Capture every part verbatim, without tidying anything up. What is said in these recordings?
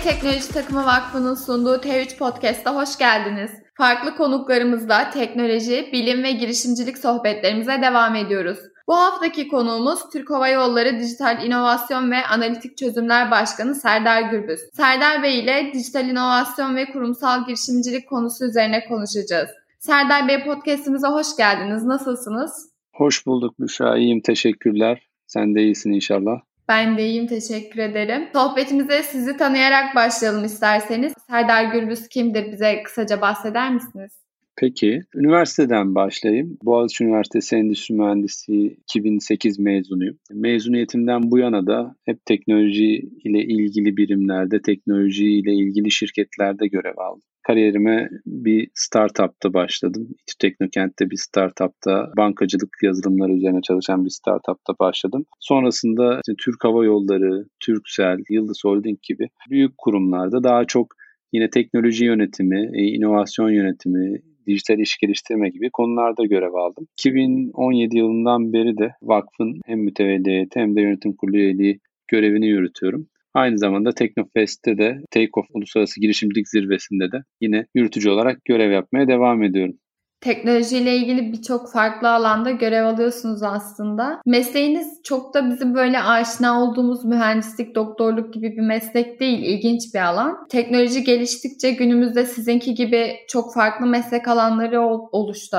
Teknoloji Takımı Vakfı'nın sunduğu T üç Podcast'a hoş geldiniz. Farklı konuklarımızla teknoloji, bilim ve girişimcilik sohbetlerimize devam ediyoruz. Bu haftaki konuğumuz Türk Hava Yolları Dijital İnovasyon ve Analitik Çözümler Başkanı Serdar Gürbüz. Serdar Bey ile dijital inovasyon ve kurumsal girişimcilik konusu üzerine konuşacağız. Serdar Bey, podcast'imize hoş geldiniz. Nasılsınız? Hoş bulduk Büşra. İyiyim, teşekkürler. Sen de iyisin inşallah. Ben de iyiyim, teşekkür ederim. Sohbetimize sizi tanıyarak başlayalım isterseniz. Serdar Gürbüz kimdir? Bize kısaca bahseder misiniz? Peki, üniversiteden başlayayım. Boğaziçi Üniversitesi Endüstri Mühendisliği iki bin sekiz mezunuyum. Mezuniyetimden bu yana da hep teknoloji ile ilgili birimlerde, teknoloji ile ilgili şirketlerde görev aldım. Kariyerime bir startup'ta başladım. İTÜ Teknokent'te bir startup'ta, bankacılık yazılımları üzerine çalışan bir startup'ta başladım. Sonrasında işte Türk Hava Yolları, Turkcell, Yıldız Holding gibi büyük kurumlarda daha çok yine teknoloji yönetimi, inovasyon yönetimi, dijital iş geliştirme gibi konularda görev aldım. iki bin on yedi yılından beri de vakfın hem mütevelli heyeti hem de yönetim kurulu üyeliği görevini yürütüyorum. Aynı zamanda Teknofest'te de Take-Off Uluslararası Girişimcilik Zirvesi'nde de yine yürütücü olarak görev yapmaya devam ediyorum. Teknolojiyle ilgili birçok farklı alanda görev alıyorsunuz aslında. Mesleğiniz çok da bizim böyle aşina olduğumuz mühendislik, doktorluk gibi bir meslek değil, ilginç bir alan. Teknoloji geliştikçe günümüzde sizinki gibi çok farklı meslek alanları oluştu.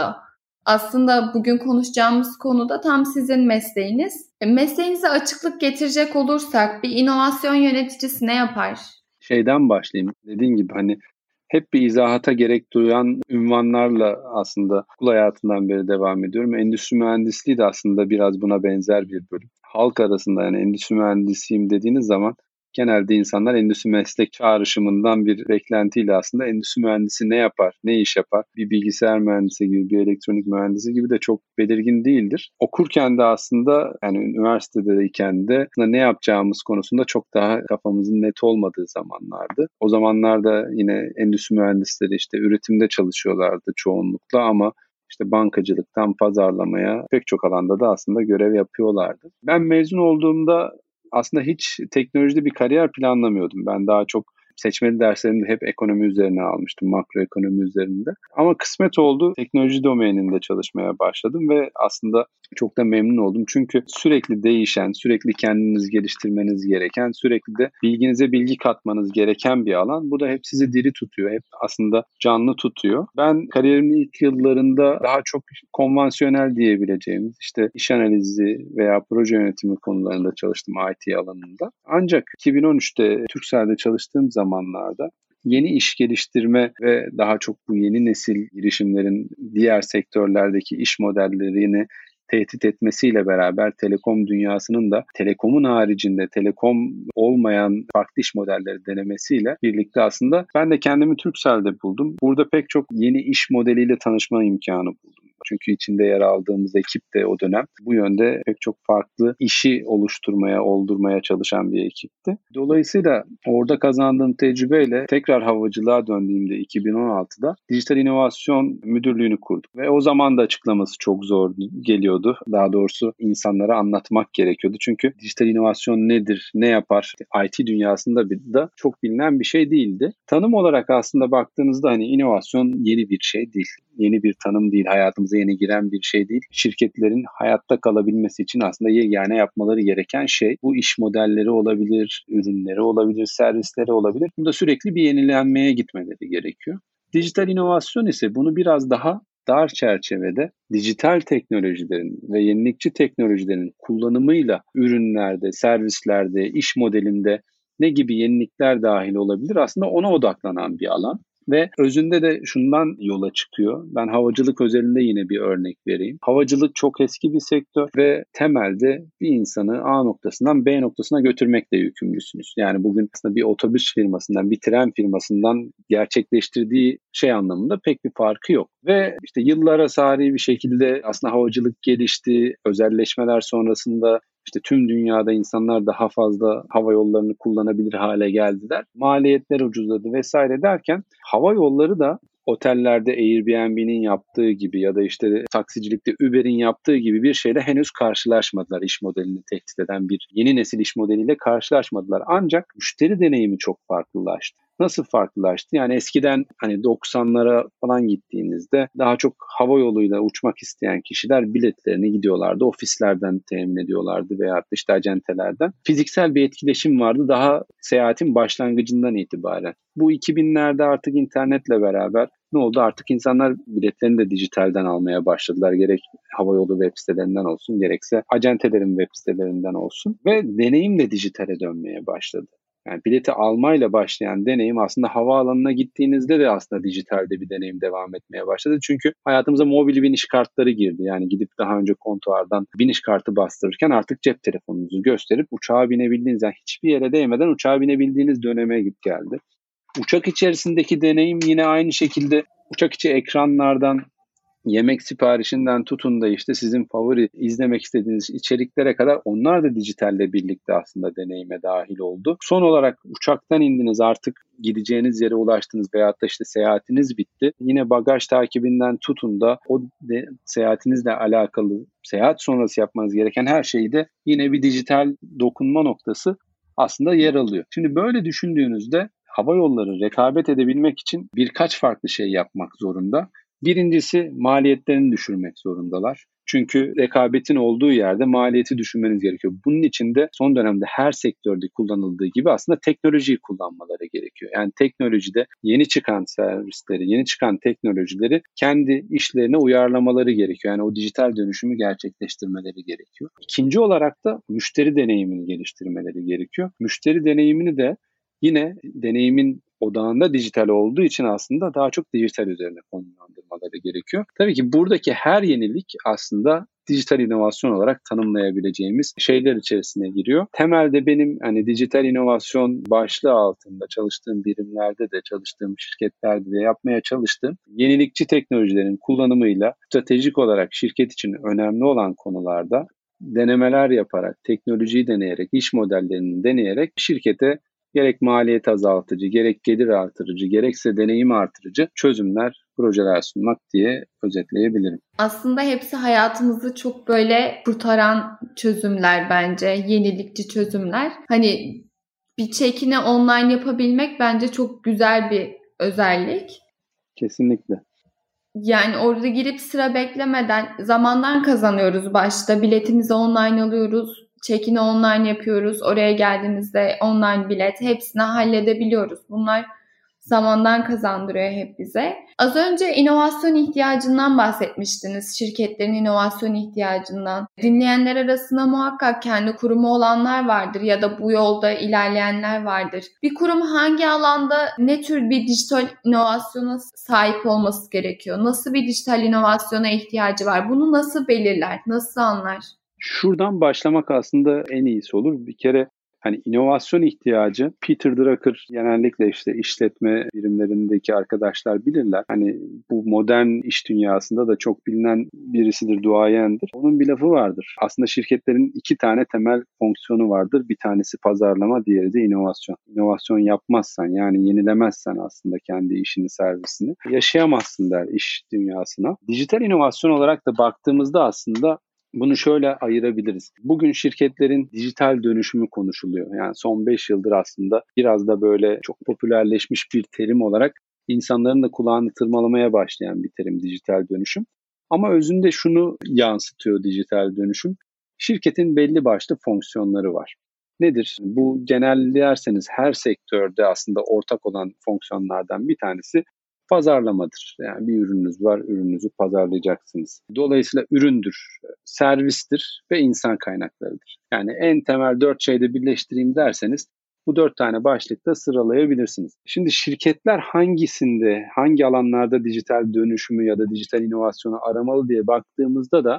Aslında bugün konuşacağımız konu da tam sizin mesleğiniz. Mesleğinize açıklık getirecek olursak bir inovasyon yöneticisi ne yapar? Şeyden başlayayım. Dediğin gibi hani hep bir izahata gerek duyan ünvanlarla aslında okul hayatından beri devam ediyorum. Endüstri mühendisliği de aslında biraz buna benzer bir bölüm. Halk arasında yani endüstri mühendisiyim dediğiniz zaman genelde insanlar endüstri meslek çağrışımından bir beklentiyle aslında endüstri mühendisi ne yapar, ne iş yapar? Bir bilgisayar mühendisi gibi, bir elektronik mühendisi gibi de çok belirgin değildir. Okurken de aslında yani üniversitedeyken de ne yapacağımız konusunda çok daha kafamızın net olmadığı zamanlardı. O zamanlarda yine endüstri mühendisleri işte üretimde çalışıyorlardı çoğunlukla ama İşte bankacılıktan pazarlamaya pek çok alanda da aslında görev yapıyorlardı. Ben mezun olduğumda aslında hiç teknolojide bir kariyer planlamıyordum. Ben daha çok seçmeli derslerimde hep ekonomi üzerine almıştım, makroekonomi üzerinde. Ama kısmet oldu, teknoloji domaininde çalışmaya başladım ve aslında çok da memnun oldum. Çünkü sürekli değişen, sürekli kendinizi geliştirmeniz gereken, sürekli de bilginize bilgi katmanız gereken bir alan. Bu da hep sizi diri tutuyor, hep aslında canlı tutuyor. Ben kariyerimin ilk yıllarında daha çok konvansiyonel diyebileceğimiz işte iş analizi veya proje yönetimi konularında çalıştım I T alanında. Ancak iki bin on üçte Turkcell'de çalıştığım zamanlarda yeni iş geliştirme ve daha çok bu yeni nesil girişimlerin diğer sektörlerdeki iş modellerini tehdit etmesiyle beraber telekom dünyasının da telekomun haricinde telekom olmayan farklı iş modelleri denemesiyle birlikte aslında ben de kendimi Turkcell'de buldum. Burada pek çok yeni iş modeliyle tanışma imkanı buldum. Çünkü içinde yer aldığımız ekip de o dönem bu yönde pek çok farklı işi oluşturmaya, oldurmaya çalışan bir ekipti. Dolayısıyla orada kazandığım tecrübeyle tekrar havacılığa döndüğümde iki bin on altıda Dijital İnovasyon Müdürlüğü'nü kurduk. Ve o zaman da açıklaması çok zor geliyordu. Daha doğrusu insanlara anlatmak gerekiyordu. Çünkü dijital inovasyon nedir, ne yapar? I T dünyasında bir de çok bilinen bir şey değildi. Tanım olarak aslında baktığınızda hani inovasyon yeni bir şey değil. Yeni bir tanım değil, hayatımıza yeni giren bir şey değil. Şirketlerin hayatta kalabilmesi için aslında yegane yapmaları gereken şey bu iş modelleri olabilir, ürünleri olabilir, servisleri olabilir. Bunda sürekli bir yenilenmeye gitmeleri gerekiyor. Dijital inovasyon ise bunu biraz daha dar çerçevede dijital teknolojilerin ve yenilikçi teknolojilerin kullanımıyla ürünlerde, servislerde, iş modelinde ne gibi yenilikler dahil olabilir aslında ona odaklanan bir alan. Ve özünde de şundan yola çıkıyor. Ben havacılık özelinde yine bir örnek vereyim. Havacılık çok eski bir sektör ve temelde bir insanı A noktasından B noktasına götürmekle yükümlüsünüz. Yani bugün aslında bir otobüs firmasından, bir tren firmasından gerçekleştirdiği şey anlamında pek bir farkı yok. Ve işte yıllara sari bir şekilde aslında havacılık gelişti. Özelleşmeler sonrasında İşte tüm dünyada insanlar daha fazla hava yollarını kullanabilir hale geldiler. Maliyetler ucuzladı vesaire derken hava yolları da otellerde Airbnb'nin yaptığı gibi ya da işte taksicilikte Uber'in yaptığı gibi bir şeyle henüz karşılaşmadılar. İş modelini tehdit eden bir yeni nesil iş modeliyle karşılaşmadılar. Ancak müşteri deneyimi çok farklılaştı. Nasıl farklılaştı? Yani eskiden hani doksanlara falan gittiğinizde daha çok hava yoluyla uçmak isteyen kişiler biletlerini gidiyorlardı. Ofislerden temin ediyorlardı veya işte acentelerden. Fiziksel bir etkileşim vardı daha seyahatin başlangıcından itibaren. Bu iki binlerde artık internetle beraber ne oldu? Artık insanlar biletlerini de dijitalden almaya başladılar. Gerek havayolu web sitelerinden olsun, gerekse acentelerin web sitelerinden olsun. Ve deneyim de dijitale dönmeye başladı. Yani bileti almayla başlayan deneyim aslında havaalanına gittiğinizde de aslında dijitalde bir deneyim devam etmeye başladı. Çünkü hayatımıza mobil biniş kartları girdi. Yani gidip daha önce kontuardan biniş kartı bastırırken artık cep telefonunuzu gösterip uçağa binebildiğiniz, yani hiçbir yere değmeden uçağa binebildiğiniz döneme geldi. Uçak içerisindeki deneyim yine aynı şekilde uçak içi ekranlardan, yemek siparişinden tutun da işte sizin favori izlemek istediğiniz içeriklere kadar onlar da dijitalle birlikte aslında deneyime dahil oldu. Son olarak uçaktan indiniz, artık gideceğiniz yere ulaştınız veyahut da işte seyahatiniz bitti. Yine bagaj takibinden tutun da o de, seyahatinizle alakalı seyahat sonrası yapmanız gereken her şeyi de yine bir dijital dokunma noktası aslında yer alıyor. Şimdi böyle düşündüğünüzde hava yolları rekabet edebilmek için birkaç farklı şey yapmak zorunda. Birincisi maliyetlerini düşürmek zorundalar. Çünkü rekabetin olduğu yerde maliyeti düşürmeniz gerekiyor. Bunun için de son dönemde her sektörde kullanıldığı gibi aslında teknolojiyi kullanmaları gerekiyor. Yani teknolojide yeni çıkan servisleri, yeni çıkan teknolojileri kendi işlerine uyarlamaları gerekiyor. Yani o dijital dönüşümü gerçekleştirmeleri gerekiyor. İkinci olarak da müşteri deneyimini geliştirmeleri gerekiyor. Müşteri deneyimini de yine deneyimin odağında dijital olduğu için aslında daha çok dijital üzerine konumlandırmaları gerekiyor. Tabii ki buradaki her yenilik aslında dijital inovasyon olarak tanımlayabileceğimiz şeyler içerisine giriyor. Temelde benim hani dijital inovasyon başlığı altında çalıştığım birimlerde de, çalıştığım şirketlerde de yapmaya çalıştığım yenilikçi teknolojilerin kullanımıyla stratejik olarak şirket için önemli olan konularda denemeler yaparak, teknolojiyi deneyerek, iş modellerini deneyerek şirkete gerek maliyet azaltıcı, gerek gelir artırıcı, gerekse deneyim artırıcı çözümler, projeler sunmak diye özetleyebilirim. Aslında hepsi hayatımızı çok böyle kurtaran çözümler bence, yenilikçi çözümler. Hani bir check-in'i online yapabilmek bence çok güzel bir özellik. Kesinlikle. Yani orada girip sıra beklemeden zamandan kazanıyoruz başta. Biletimizi online alıyoruz. Check-in'i online yapıyoruz. Oraya geldiğimizde online bilet hepsini halledebiliyoruz. Bunlar zamandan kazandırıyor hep bize. Az önce inovasyon ihtiyacından bahsetmiştiniz. Şirketlerin inovasyon ihtiyacından. Dinleyenler arasında muhakkak kendi kurumu olanlar vardır ya da bu yolda ilerleyenler vardır. Bir kurum hangi alanda ne tür bir dijital inovasyona sahip olması gerekiyor? Nasıl bir dijital inovasyona ihtiyacı var? Bunu nasıl belirler? Nasıl anlar? Şuradan başlamak aslında en iyisi olur. Bir kere hani inovasyon ihtiyacı, Peter Drucker genellikle işte işletme birimlerindeki arkadaşlar bilirler. Hani bu modern iş dünyasında da çok bilinen birisidir, duayendir. Onun bir lafı vardır. Aslında şirketlerin iki tane temel fonksiyonu vardır. Bir tanesi pazarlama, diğeri de inovasyon. İnovasyon yapmazsan, yani yenilemezsen aslında kendi işini, servisini yaşayamazsın der iş dünyasına. Dijital inovasyon olarak da baktığımızda aslında bunu şöyle ayırabiliriz. Bugün şirketlerin dijital dönüşümü konuşuluyor. Yani son beş yıldır aslında biraz da böyle çok popülerleşmiş bir terim olarak insanların da kulağını tırmalamaya başlayan bir terim dijital dönüşüm. Ama özünde şunu yansıtıyor dijital dönüşüm. Şirketin belli başlı fonksiyonları var. Nedir? Bu genellerseniz her sektörde aslında ortak olan fonksiyonlardan bir tanesi pazarlamadır. Yani bir ürününüz var, ürününüzü pazarlayacaksınız. Dolayısıyla üründür, servistir ve insan kaynaklarıdır. Yani en temel dört şeyde birleştireyim derseniz bu dört tane başlıkta sıralayabilirsiniz. Şimdi şirketler hangisinde, hangi alanlarda dijital dönüşümü ya da dijital inovasyonu aramalı diye baktığımızda da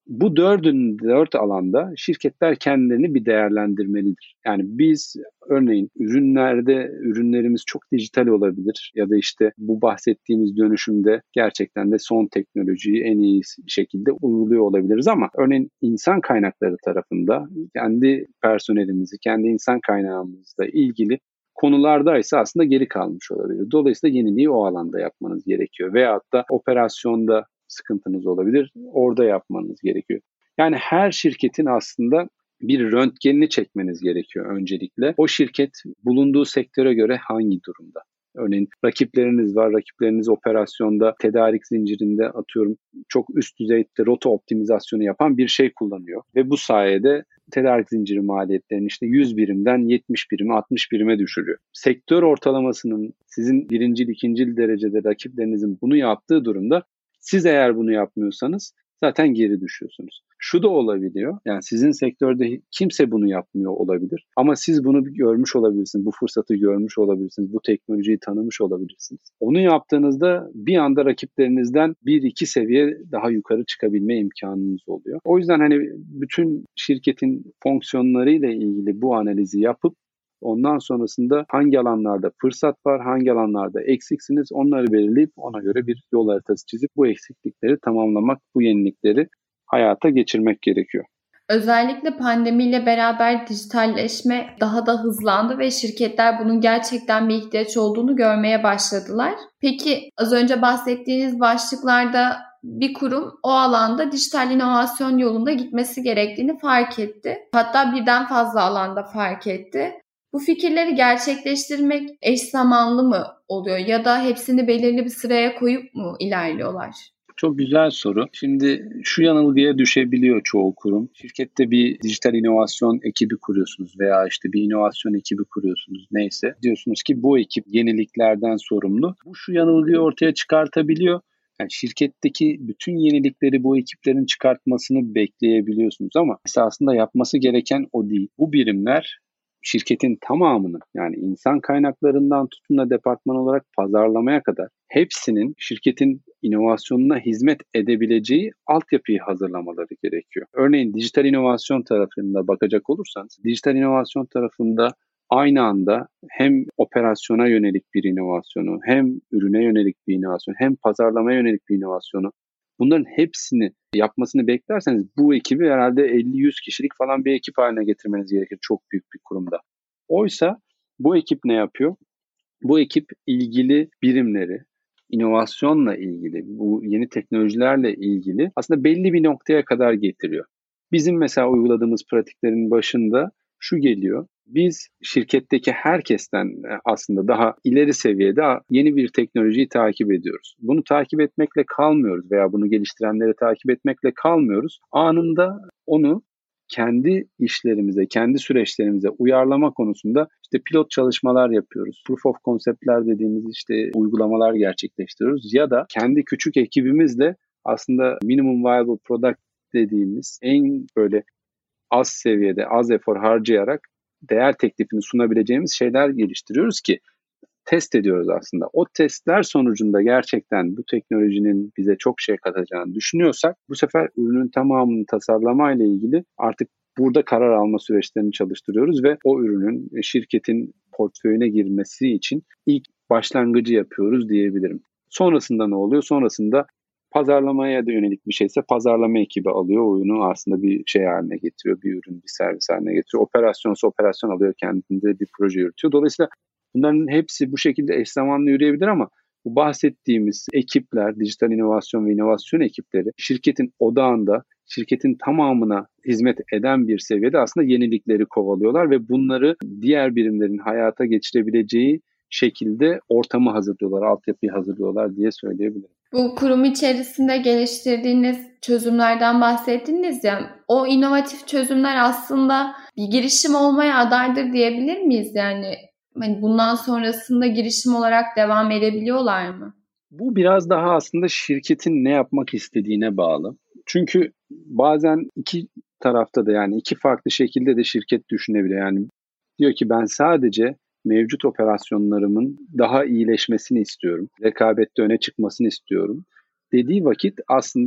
Bu dördün dört alanda şirketler kendilerini bir değerlendirmelidir. Yani biz örneğin ürünlerde ürünlerimiz çok dijital olabilir ya da işte bu bahsettiğimiz dönüşümde gerçekten de son teknolojiyi en iyi şekilde uyguluyor olabiliriz ama örneğin insan kaynakları tarafında kendi personelimizi, kendi insan kaynağımızla ilgili konularda ise aslında geri kalmış olabilir. Dolayısıyla yeniliği o alanda yapmanız gerekiyor. Veyahut da operasyonda sıkıntınız olabilir. Orada yapmanız gerekiyor. Yani her şirketin aslında bir röntgenini çekmeniz gerekiyor öncelikle. O şirket bulunduğu sektöre göre hangi durumda? Örneğin rakipleriniz var. Rakipleriniz operasyonda, tedarik zincirinde atıyorum çok üst düzeyde rota optimizasyonu yapan bir şey kullanıyor. Ve bu sayede tedarik zinciri maliyetlerini işte yüz birimden yetmiş birime, altmış birime düşürüyor. Sektör ortalamasının sizin birincil, ikincil derecede rakiplerinizin bunu yaptığı durumda siz eğer bunu yapmıyorsanız zaten geri düşüyorsunuz. Şu da olabiliyor. Yani sizin sektörde kimse bunu yapmıyor olabilir. Ama siz bunu görmüş olabilirsiniz. Bu fırsatı görmüş olabilirsiniz. Bu teknolojiyi tanımış olabilirsiniz. Onu yaptığınızda bir anda rakiplerinizden bir iki seviye daha yukarı çıkabilme imkanınız oluyor. O yüzden hani bütün şirketin fonksiyonlarıyla ilgili bu analizi yapıp ondan sonrasında hangi alanlarda fırsat var, hangi alanlarda eksiksiniz onları belirleyip ona göre bir yol haritası çizip bu eksiklikleri tamamlamak, bu yenilikleri hayata geçirmek gerekiyor. Özellikle pandemiyle beraber dijitalleşme daha da hızlandı ve şirketler bunun gerçekten bir ihtiyaç olduğunu görmeye başladılar. Peki az önce bahsettiğiniz başlıklarda bir kurum o alanda dijital inovasyon yolunda gitmesi gerektiğini fark etti. Hatta birden fazla alanda fark etti. Bu fikirleri gerçekleştirmek eş zamanlı mı oluyor ya da hepsini belirli bir sıraya koyup mu ilerliyorlar? Çok güzel soru. Şimdi şu yanılgıya düşebiliyor çoğu kurum. Şirkette bir dijital inovasyon ekibi kuruyorsunuz veya işte bir inovasyon ekibi kuruyorsunuz neyse. Diyorsunuz ki bu ekip yeniliklerden sorumlu. Bu şu yanılgıyı ortaya çıkartabiliyor. Yani şirketteki bütün yenilikleri bu ekiplerin çıkartmasını bekleyebiliyorsunuz ama esasında yapması gereken o değil. Bu birimler şirketin tamamını yani insan kaynaklarından tutun da departman olarak pazarlamaya kadar hepsinin şirketin inovasyonuna hizmet edebileceği altyapıyı hazırlamaları gerekiyor. Örneğin dijital inovasyon tarafında bakacak olursanız, dijital inovasyon tarafında aynı anda hem operasyona yönelik bir inovasyonu, hem ürüne yönelik bir inovasyon, hem pazarlamaya yönelik bir inovasyonu bunların hepsini yapmasını beklerseniz bu ekibi herhalde elli yüz kişilik falan bir ekip haline getirmeniz gerekir çok büyük bir kurumda. Oysa bu ekip ne yapıyor? Bu ekip ilgili birimleri, inovasyonla ilgili, bu yeni teknolojilerle ilgili aslında belli bir noktaya kadar getiriyor. Bizim mesela uyguladığımız pratiklerin başında şu geliyor. Biz şirketteki herkesten aslında daha ileri seviyede yeni bir teknolojiyi takip ediyoruz. Bunu takip etmekle kalmıyoruz veya bunu geliştirenleri takip etmekle kalmıyoruz. Anında onu kendi işlerimize, kendi süreçlerimize uyarlama konusunda işte pilot çalışmalar yapıyoruz. Proof of concept'ler dediğimiz işte uygulamalar gerçekleştiriyoruz ya da kendi küçük ekibimizle aslında minimum viable product dediğimiz en böyle az seviyede, az efor harcayarak değer teklifini sunabileceğimiz şeyler geliştiriyoruz ki test ediyoruz aslında. O testler sonucunda gerçekten bu teknolojinin bize çok şey katacağını düşünüyorsak bu sefer ürünün tamamını tasarlamayla ilgili artık burada karar alma süreçlerini çalıştırıyoruz ve o ürünün şirketin portföyüne girmesi için ilk başlangıcı yapıyoruz diyebilirim. Sonrasında ne oluyor? Sonrasında pazarlamaya da yönelik bir şeyse pazarlama ekibi alıyor. Oyunu aslında bir şey haline getiriyor. Bir ürün, bir servis haline getiriyor. Operasyonsa operasyon alıyor. Kendinde bir proje yürütüyor. Dolayısıyla bunların hepsi bu şekilde eş zamanlı yürüyebilir ama bu bahsettiğimiz ekipler, dijital inovasyon ve inovasyon ekipleri şirketin odağında, şirketin tamamına hizmet eden bir seviyede aslında yenilikleri kovalıyorlar ve bunları diğer birimlerin hayata geçirebileceği şekilde ortamı hazırlıyorlar, altyapıyı hazırlıyorlar diye söyleyebilirim. Bu kurum içerisinde geliştirdiğiniz çözümlerden bahsettiniz ya, o inovatif çözümler aslında bir girişim olmaya adaydır diyebilir miyiz? Yani hani bundan sonrasında girişim olarak devam edebiliyorlar mı? Bu biraz daha aslında şirketin ne yapmak istediğine bağlı. Çünkü bazen iki tarafta da yani iki farklı şekilde de şirket düşünebiliyor. Yani diyor ki ben sadece mevcut operasyonlarımın daha iyileşmesini istiyorum. Rekabette öne çıkmasını istiyorum. Dediği vakit aslında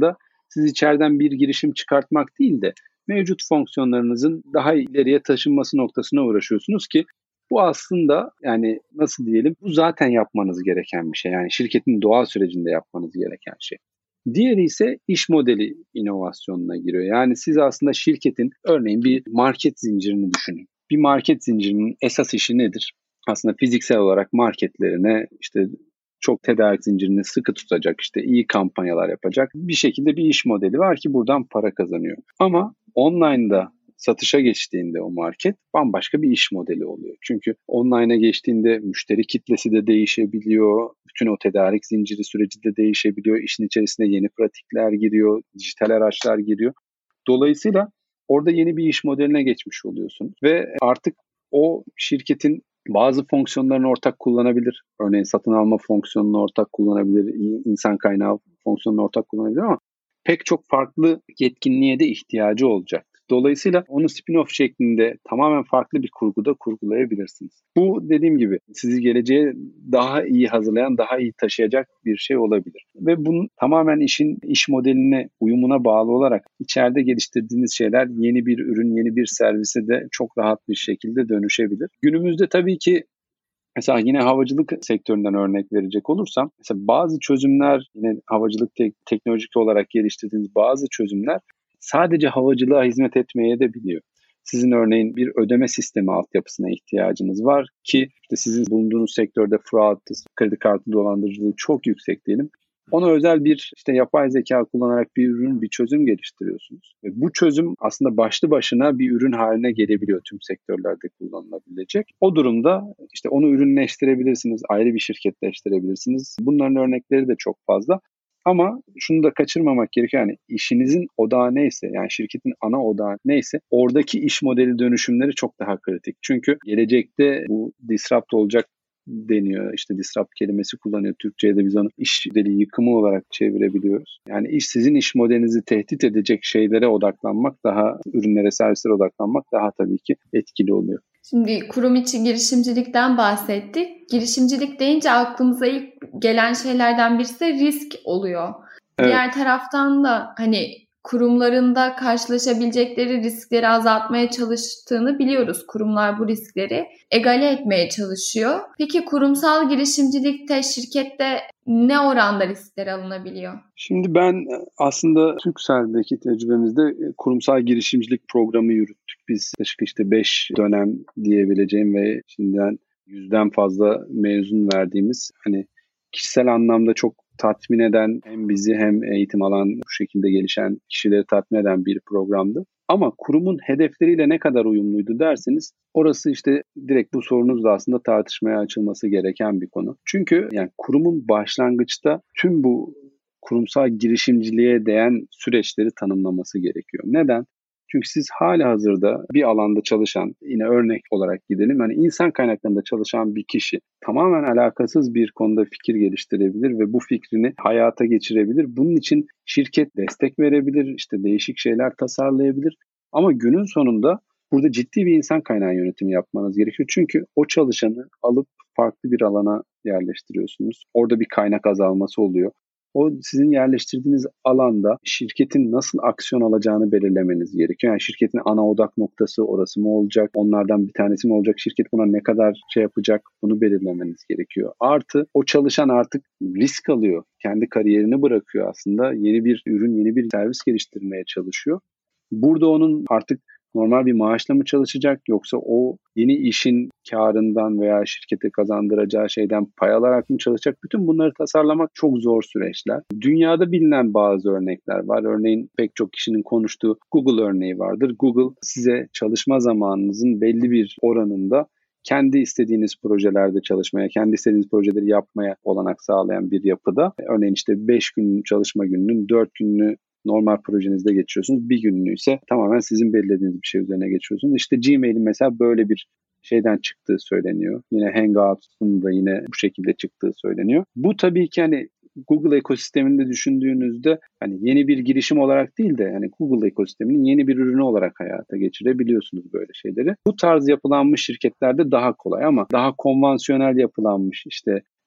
siz içeriden bir girişim çıkartmak değil de mevcut fonksiyonlarınızın daha ileriye taşınması noktasına uğraşıyorsunuz ki bu aslında yani nasıl diyelim, bu zaten yapmanız gereken bir şey. Yani şirketin doğal sürecinde yapmanız gereken şey. Diğeri ise iş modeli inovasyonuna giriyor. Yani siz aslında şirketin örneğin bir market zincirini düşünün. Bir market zincirinin esas işi nedir? Aslında fiziksel olarak marketlerine işte çok tedarik zincirini sıkı tutacak, işte iyi kampanyalar yapacak bir şekilde bir iş modeli var ki buradan para kazanıyor. Ama online'da satışa geçtiğinde o market bambaşka bir iş modeli oluyor. Çünkü online'a geçtiğinde müşteri kitlesi de değişebiliyor. Bütün o tedarik zinciri süreci de değişebiliyor. İşin içerisine yeni pratikler giriyor, dijital araçlar giriyor. Dolayısıyla orada yeni bir iş modeline geçmiş oluyorsun ve artık o şirketin bazı fonksiyonlarını ortak kullanabilir. Örneğin satın alma fonksiyonunu ortak kullanabilir, insan kaynağı fonksiyonunu ortak kullanabilir ama pek çok farklı yetkinliğe de ihtiyacı olacak. Dolayısıyla onu spin-off şeklinde tamamen farklı bir kurguda kurgulayabilirsiniz. Bu dediğim gibi sizi geleceğe daha iyi hazırlayan, daha iyi taşıyacak bir şey olabilir. Ve bunun tamamen işin iş modeline, uyumuna bağlı olarak içeride geliştirdiğiniz şeyler yeni bir ürün, yeni bir servise de çok rahat bir şekilde dönüşebilir. Günümüzde tabii ki mesela yine havacılık sektöründen örnek verecek olursam, mesela bazı çözümler, yine havacılık te- teknolojik olarak geliştirdiğiniz bazı çözümler sadece havacılığa hizmet etmeye de biliyor. Sizin örneğin bir ödeme sistemi altyapısına ihtiyacınız var ki işte sizin bulunduğunuz sektörde fraud, kredi kartı dolandırıcılığı çok yüksek diyelim. Ona özel bir işte yapay zeka kullanarak bir ürün, bir çözüm geliştiriyorsunuz. Ve bu çözüm aslında başlı başına bir ürün haline gelebiliyor, tüm sektörlerde kullanılabilecek. O durumda işte onu ürünleştirebilirsiniz, ayrı bir şirketleştirebilirsiniz. Bunların örnekleri de çok fazla. Ama şunu da kaçırmamak gerekiyor. Yani işinizin odağı neyse, yani şirketin ana odağı neyse oradaki iş modeli dönüşümleri çok daha kritik. Çünkü gelecekte bu disrupt olacak deniyor. İşte disrupt kelimesi kullanıyor. Türkçe'ye de biz onu iş modeli yıkımı olarak çevirebiliyoruz. Yani iş sizin iş modelinizi tehdit edecek şeylere odaklanmak, daha ürünlere, servislere odaklanmak daha tabii ki etkili oluyor. Şimdi kurum içi girişimcilikten bahsettik. Girişimcilik deyince aklımıza ilk gelen şeylerden birisi de risk oluyor. Evet. Diğer taraftan da hani kurumlarında karşılaşabilecekleri riskleri azaltmaya çalıştığını biliyoruz. Kurumlar bu riskleri egale etmeye çalışıyor. Peki kurumsal girişimcilikte, şirkette ne oranda riskler alınabiliyor? Şimdi ben aslında Turkcell'deki tecrübemizde kurumsal girişimcilik programı yürüttük. Biz işte beş dönem diyebileceğim ve şimdiden yüzden fazla mezun verdiğimiz, hani kişisel anlamda çok tatmin eden, hem bizi hem eğitim alan, bu şekilde gelişen kişileri tatmin eden bir programdı. Ama kurumun hedefleriyle ne kadar uyumluydu derseniz, orası işte direkt bu sorunuzla aslında tartışmaya açılması gereken bir konu. Çünkü yani kurumun başlangıçta tüm bu kurumsal girişimciliğe değen süreçleri tanımlaması gerekiyor. Neden? Çünkü siz halihazırda bir alanda çalışan, yine örnek olarak gidelim, hani insan kaynaklarında çalışan bir kişi tamamen alakasız bir konuda fikir geliştirebilir ve bu fikrini hayata geçirebilir. Bunun için şirket destek verebilir, işte değişik şeyler tasarlayabilir. Ama günün sonunda burada ciddi bir insan kaynağı yönetimi yapmanız gerekiyor. Çünkü o çalışanı alıp farklı bir alana yerleştiriyorsunuz. Orada bir kaynak azalması oluyor. O sizin yerleştirdiğiniz alanda şirketin nasıl aksiyon alacağını belirlemeniz gerekiyor. Yani şirketin ana odak noktası orası mı olacak? Onlardan bir tanesi mi olacak? Şirket buna ne kadar şey yapacak? Bunu belirlemeniz gerekiyor. Artı o çalışan artık risk alıyor. Kendi kariyerini bırakıyor aslında. Yeni bir ürün, yeni bir servis geliştirmeye çalışıyor. Burada onun artık normal bir maaşla mı çalışacak, yoksa o yeni işin karından veya şirkete kazandıracağı şeyden pay alarak mı çalışacak? Bütün bunları tasarlamak çok zor süreçler. Dünyada bilinen bazı örnekler var. Örneğin pek çok kişinin konuştuğu Google örneği vardır. Google size çalışma zamanınızın belli bir oranında kendi istediğiniz projelerde çalışmaya, kendi istediğiniz projeleri yapmaya olanak sağlayan bir yapıda. Örneğin işte beş gün çalışma gününün dört gününü normal projenizde geçiriyorsunuz. Bir gününü ise tamamen sizin belirlediğiniz bir şey üzerine geçiyorsunuz. İşte Gmail'in mesela böyle bir şeyden çıktığı söyleniyor. Yine Hangouts'un da yine bu şekilde çıktığı söyleniyor. Bu tabii ki hani Google ekosisteminde düşündüğünüzde hani yeni bir girişim olarak değil de yani Google ekosisteminin yeni bir ürünü olarak hayata geçirebiliyorsunuz böyle şeyleri. Bu tarz yapılanmış şirketlerde daha kolay ama daha konvansiyonel yapılanmış işte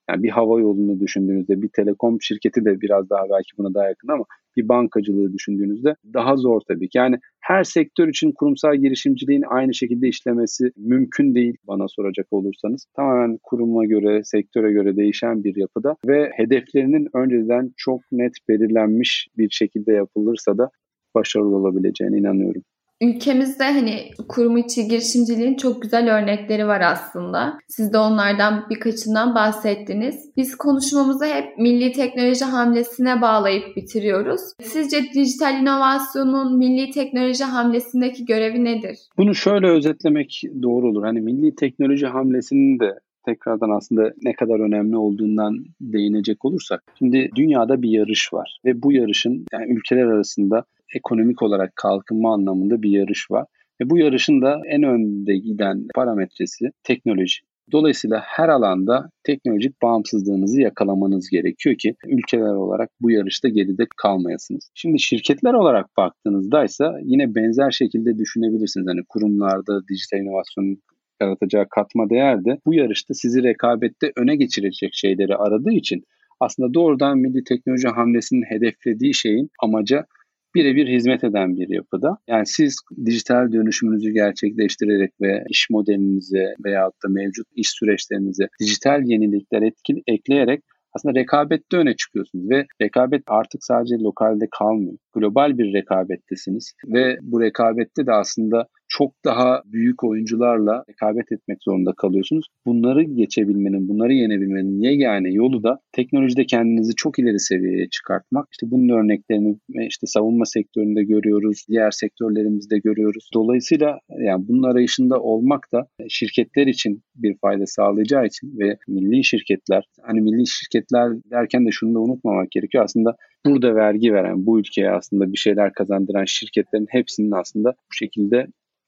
Yani bir hava yolunu düşündüğünüzde, bir telekom şirketi de biraz daha belki buna daha yakın ama bir bankacılığı düşündüğünüzde daha zor tabii ki. Yani her sektör için kurumsal girişimciliğin aynı şekilde işlemesi mümkün değil bana soracak olursanız. Tamamen kuruma göre, sektöre göre değişen bir yapıda ve hedeflerinin önceden çok net belirlenmiş bir şekilde yapılırsa da başarılı olabileceğine inanıyorum. Ülkemizde hani kurum içi girişimciliğin çok güzel örnekleri var aslında. Siz de onlardan birkaçından bahsettiniz. Biz konuşmamızı hep milli teknoloji hamlesine bağlayıp bitiriyoruz. Sizce dijital inovasyonun milli teknoloji hamlesindeki görevi nedir? Bunu şöyle özetlemek doğru olur. Hani milli teknoloji hamlesinin de tekrardan aslında ne kadar önemli olduğundan değinecek olursak. Şimdi dünyada bir yarış var ve bu yarışın yani ülkeler arasında ekonomik olarak kalkınma anlamında bir yarış var. Ve bu yarışın da en önde giden parametresi teknoloji. Dolayısıyla her alanda teknolojik bağımsızlığınızı yakalamanız gerekiyor ki ülkeler olarak bu yarışta geride kalmayasınız. Şimdi şirketler olarak baktığınızda ise yine benzer şekilde düşünebilirsiniz. Hani kurumlarda dijital inovasyonun yaratacağı katma değer de bu yarışta sizi rekabette öne geçirecek şeyleri aradığı için aslında doğrudan milli teknoloji hamlesinin hedeflediği şeyin amaca birebir hizmet eden bir yapıda. Yani siz dijital dönüşümünüzü gerçekleştirerek ve iş modelinize veyahut da mevcut iş süreçlerinize dijital yenilikler etkin ekleyerek aslında rekabette öne çıkıyorsunuz ve rekabet artık sadece lokalde kalmıyor. Global bir rekabettesiniz ve bu rekabette de aslında çok daha büyük oyuncularla rekabet etmek zorunda kalıyorsunuz. Bunları geçebilmenin, bunları yenebilmenin yegane yolu da teknolojide kendinizi çok ileri seviyeye çıkartmak. İşte bunun örneklerini işte savunma sektöründe görüyoruz, diğer sektörlerimizde görüyoruz. Dolayısıyla yani bunun arayışında olmak da şirketler için bir fayda sağlayacağı için ve milli şirketler, hani milli şirketler derken de şunu da unutmamak gerekiyor. Aslında burada vergi veren, bu ülkeye aslında bir şeyler kazandıran şirketlerin hepsinin aslında bu şekilde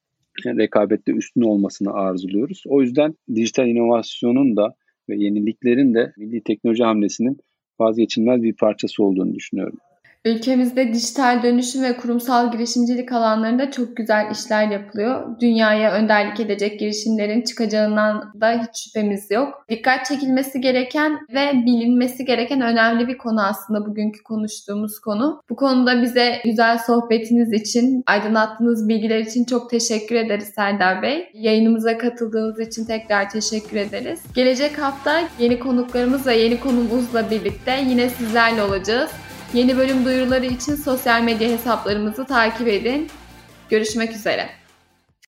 rekabette üstün olmasını arzuluyoruz. O yüzden dijital inovasyonun da ve yeniliklerin de milli teknoloji hamlesinin vazgeçilmez bir parçası olduğunu düşünüyorum. Ülkemizde dijital dönüşüm ve kurumsal girişimcilik alanlarında çok güzel işler yapılıyor. Dünyaya önderlik edecek girişimlerin çıkacağından da hiç şüphemiz yok. Dikkat çekilmesi gereken ve bilinmesi gereken önemli bir konu aslında bugünkü konuştuğumuz konu. Bu konuda bize güzel sohbetiniz için, aydınlattığınız bilgiler için çok teşekkür ederiz Serdar Bey. Yayınımıza katıldığınız için tekrar teşekkür ederiz. Gelecek hafta yeni konuklarımız ve yeni konumuzla birlikte yine sizlerle olacağız. Yeni bölüm duyuruları için sosyal medya hesaplarımızı takip edin. Görüşmek üzere.